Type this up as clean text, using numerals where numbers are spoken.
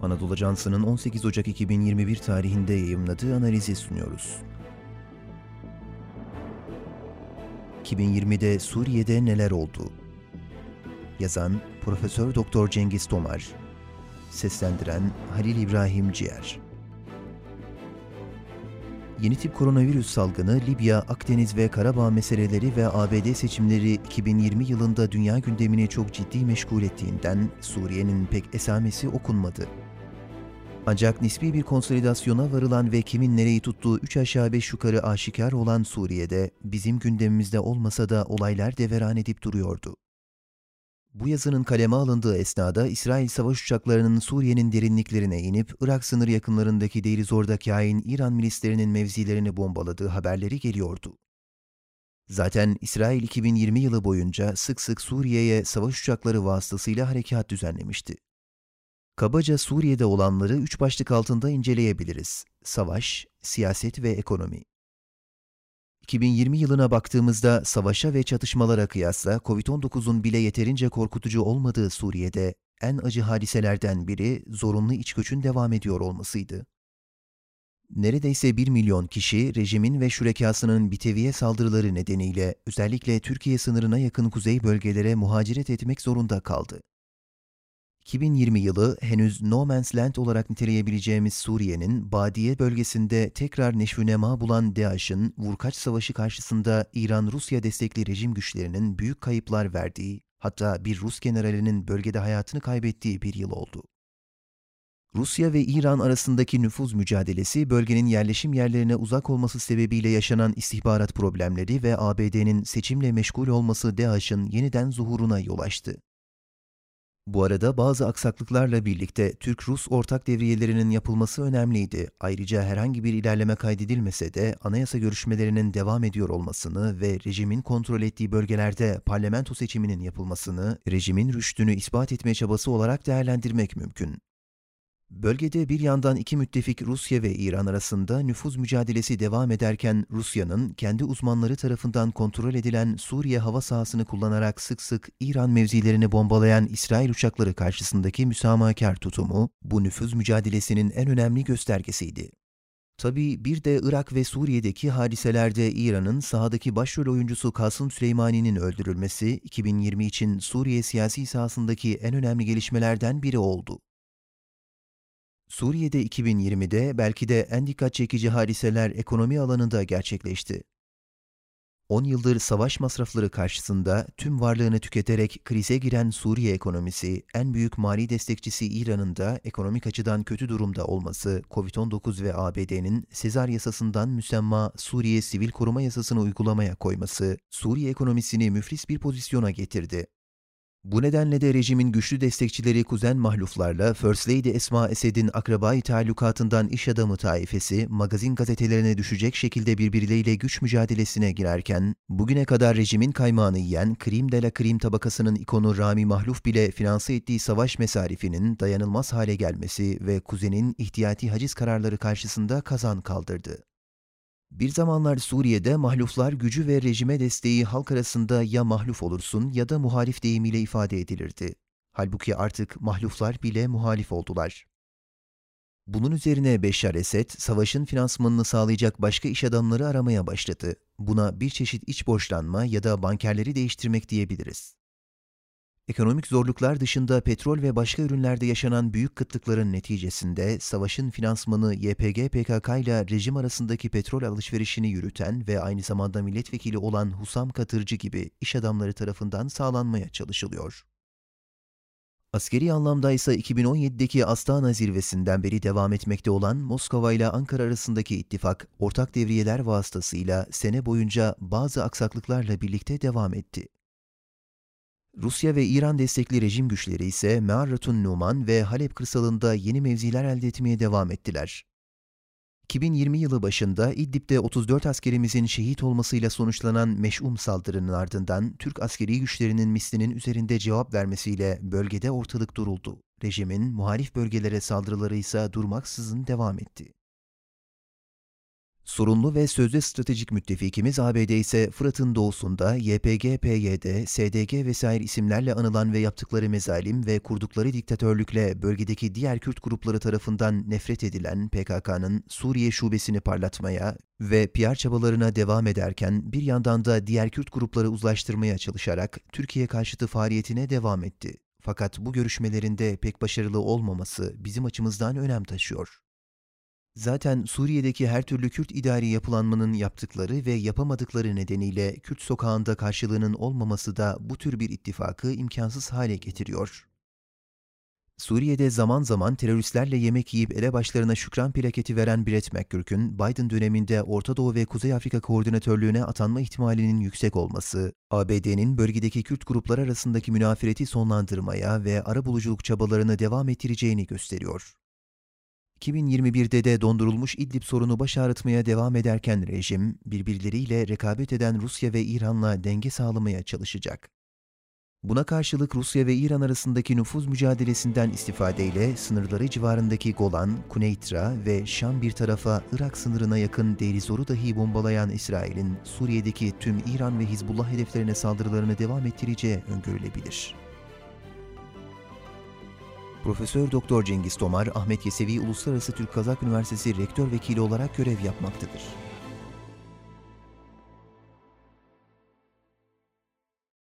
Anadolu Ajansı'nın 18 Ocak 2021 tarihinde yayımladığı analizi sunuyoruz. 2020'de Suriye'de neler oldu? Yazan Profesör Doktor Cengiz Tomar, seslendiren Halil İbrahim Ciğer. Yeni tip koronavirüs salgını, Libya, Akdeniz ve Karabağ meseleleri ve ABD seçimleri 2020 yılında dünya gündemini çok ciddi meşgul ettiğinden Suriye'nin pek esamesi okunmadı. Ancak nispi bir konsolidasyona varılan ve kimin nereyi tuttuğu 3 aşağı 5 yukarı aşikar olan Suriye'de bizim gündemimizde olmasa da olaylar deveran edip duruyordu. Bu yazının kaleme alındığı esnada İsrail savaş uçaklarının Suriye'nin derinliklerine inip Irak sınır yakınlarındaki Deir ez-Zor'da kain İran milislerinin mevzilerini bombaladığı haberleri geliyordu. Zaten İsrail 2020 yılı boyunca sık sık Suriye'ye savaş uçakları vasıtasıyla harekat düzenlemişti. Kabaca Suriye'de olanları 3 başlık altında inceleyebiliriz: savaş, siyaset ve ekonomi. 2020 yılına baktığımızda savaşa ve çatışmalara kıyasla Covid-19'un bile yeterince korkutucu olmadığı Suriye'de en acı hadiselerden biri zorunlu iç göçün devam ediyor olmasıydı. Neredeyse 1 milyon kişi rejimin ve şürekasının biteviye saldırıları nedeniyle özellikle Türkiye sınırına yakın kuzey bölgelere muhaciret etmek zorunda kaldı. 2020 yılı henüz No Man's Land olarak niteleyebileceğimiz Suriye'nin Badiye bölgesinde tekrar neşvünema bulan DAEŞ'in vurkaç savaşı karşısında İran-Rusya destekli rejim güçlerinin büyük kayıplar verdiği, hatta bir Rus generalinin bölgede hayatını kaybettiği bir yıl oldu. Rusya ve İran arasındaki nüfuz mücadelesi, bölgenin yerleşim yerlerine uzak olması sebebiyle yaşanan istihbarat problemleri ve ABD'nin seçimle meşgul olması DAEŞ'in yeniden zuhuruna yol açtı. Bu arada bazı aksaklıklarla birlikte Türk-Rus ortak devriyelerinin yapılması önemliydi. Ayrıca herhangi bir ilerleme kaydedilmese de anayasa görüşmelerinin devam ediyor olmasını ve rejimin kontrol ettiği bölgelerde parlamento seçiminin yapılmasını rejimin rüştünü ispat etme çabası olarak değerlendirmek mümkün. Bölgede bir yandan iki müttefik Rusya ve İran arasında nüfuz mücadelesi devam ederken Rusya'nın kendi uzmanları tarafından kontrol edilen Suriye hava sahasını kullanarak sık sık İran mevzilerini bombalayan İsrail uçakları karşısındaki müsamahakar tutumu bu nüfuz mücadelesinin en önemli göstergesiydi. Tabii bir de Irak ve Suriye'deki hadiselerde İran'ın sahadaki başrol oyuncusu Kasım Süleymani'nin öldürülmesi 2020 için Suriye siyasi sahasındaki en önemli gelişmelerden biri oldu. Suriye'de 2020'de belki de en dikkat çekici hadiseler ekonomi alanında gerçekleşti. 10 yıldır savaş masrafları karşısında tüm varlığını tüketerek krize giren Suriye ekonomisi, en büyük mali destekçisi İran'ın da ekonomik açıdan kötü durumda olması, Covid-19 ve ABD'nin Sezar yasasından müsemma Suriye Sivil Koruma Yasasını uygulamaya koyması, Suriye ekonomisini müflis bir pozisyona getirdi. Bu nedenle de rejimin güçlü destekçileri kuzen mahluflarla First Lady Esma Esed'in akrabayı talukatından iş adamı taifesi, magazin gazetelerine düşecek şekilde birbirleriyle güç mücadelesine girerken, bugüne kadar rejimin kaymağını yiyen Krim de la Krim tabakasının ikonu Rami Mahluf bile finanse ettiği savaş mesarifinin dayanılmaz hale gelmesi ve kuzenin ihtiyati haciz kararları karşısında kazan kaldırdı. Bir zamanlar Suriye'de mahluflar gücü ve rejime desteği halk arasında ya mahluf olursun ya da muhalif deyimiyle ifade edilirdi. Halbuki artık mahluflar bile muhalif oldular. Bunun üzerine Beşşar Esed, savaşın finansmanını sağlayacak başka iş adamları aramaya başladı. Buna bir çeşit iç borçlanma ya da bankerleri değiştirmek diyebiliriz. Ekonomik zorluklar dışında petrol ve başka ürünlerde yaşanan büyük kıtlıkların neticesinde savaşın finansmanı YPG-PKK ile rejim arasındaki petrol alışverişini yürüten ve aynı zamanda milletvekili olan Husam Katırcı gibi iş adamları tarafından sağlanmaya çalışılıyor. Askeri anlamda ise 2017'deki Astana zirvesinden beri devam etmekte olan Moskova ile Ankara arasındaki ittifak, ortak devriyeler vasıtasıyla sene boyunca bazı aksaklıklarla birlikte devam etti. Rusya ve İran destekli rejim güçleri ise Me'arratun Numan ve Halep kırsalında yeni mevziler elde etmeye devam ettiler. 2020 yılı başında İdlib'de 34 askerimizin şehit olmasıyla sonuçlanan meş'um saldırının ardından Türk askeri güçlerinin mislinin üzerinde cevap vermesiyle bölgede ortalık duruldu. Rejimin muhalif bölgelere saldırıları ise durmaksızın devam etti. Sorunlu ve sözde stratejik müttefikimiz ABD ise Fırat'ın doğusunda YPG-PYD, SDG vesaire isimlerle anılan ve yaptıkları mezalim ve kurdukları diktatörlükle bölgedeki diğer Kürt grupları tarafından nefret edilen PKK'nın Suriye şubesini parlatmaya ve PR çabalarına devam ederken bir yandan da diğer Kürt grupları uzlaştırmaya çalışarak Türkiye karşıtı faaliyetine devam etti. Fakat bu görüşmelerinde pek başarılı olmaması bizim açımızdan önem taşıyor. Zaten Suriye'deki her türlü Kürt idari yapılanmanın yaptıkları ve yapamadıkları nedeniyle Kürt sokağında karşılığının olmaması da bu tür bir ittifakı imkansız hale getiriyor. Suriye'de zaman zaman teröristlerle yemek yiyip elebaşlarına şükran plaketi veren Brett McGurk'ün Biden döneminde Orta Doğu ve Kuzey Afrika koordinatörlüğüne atanma ihtimalinin yüksek olması, ABD'nin bölgedeki Kürt gruplar arasındaki münafireti sonlandırmaya ve arabuluculuk çabalarını devam ettireceğini gösteriyor. 2021'de de dondurulmuş İdlib sorunu baş ağrıtmaya devam ederken rejim, birbirleriyle rekabet eden Rusya ve İran'la denge sağlamaya çalışacak. Buna karşılık Rusya ve İran arasındaki nüfuz mücadelesinden istifadeyle sınırları civarındaki Golan, Kuneytra ve Şam bir tarafa Irak sınırına yakın Deir ez-Zor'u dahi bombalayan İsrail'in Suriye'deki tüm İran ve Hizbullah hedeflerine saldırılarını devam ettireceği öngörülebilir. Profesör Doktor Cengiz Tomar, Ahmet Yesevi Uluslararası Türk Kazak Üniversitesi Rektör Vekili olarak görev yapmaktadır.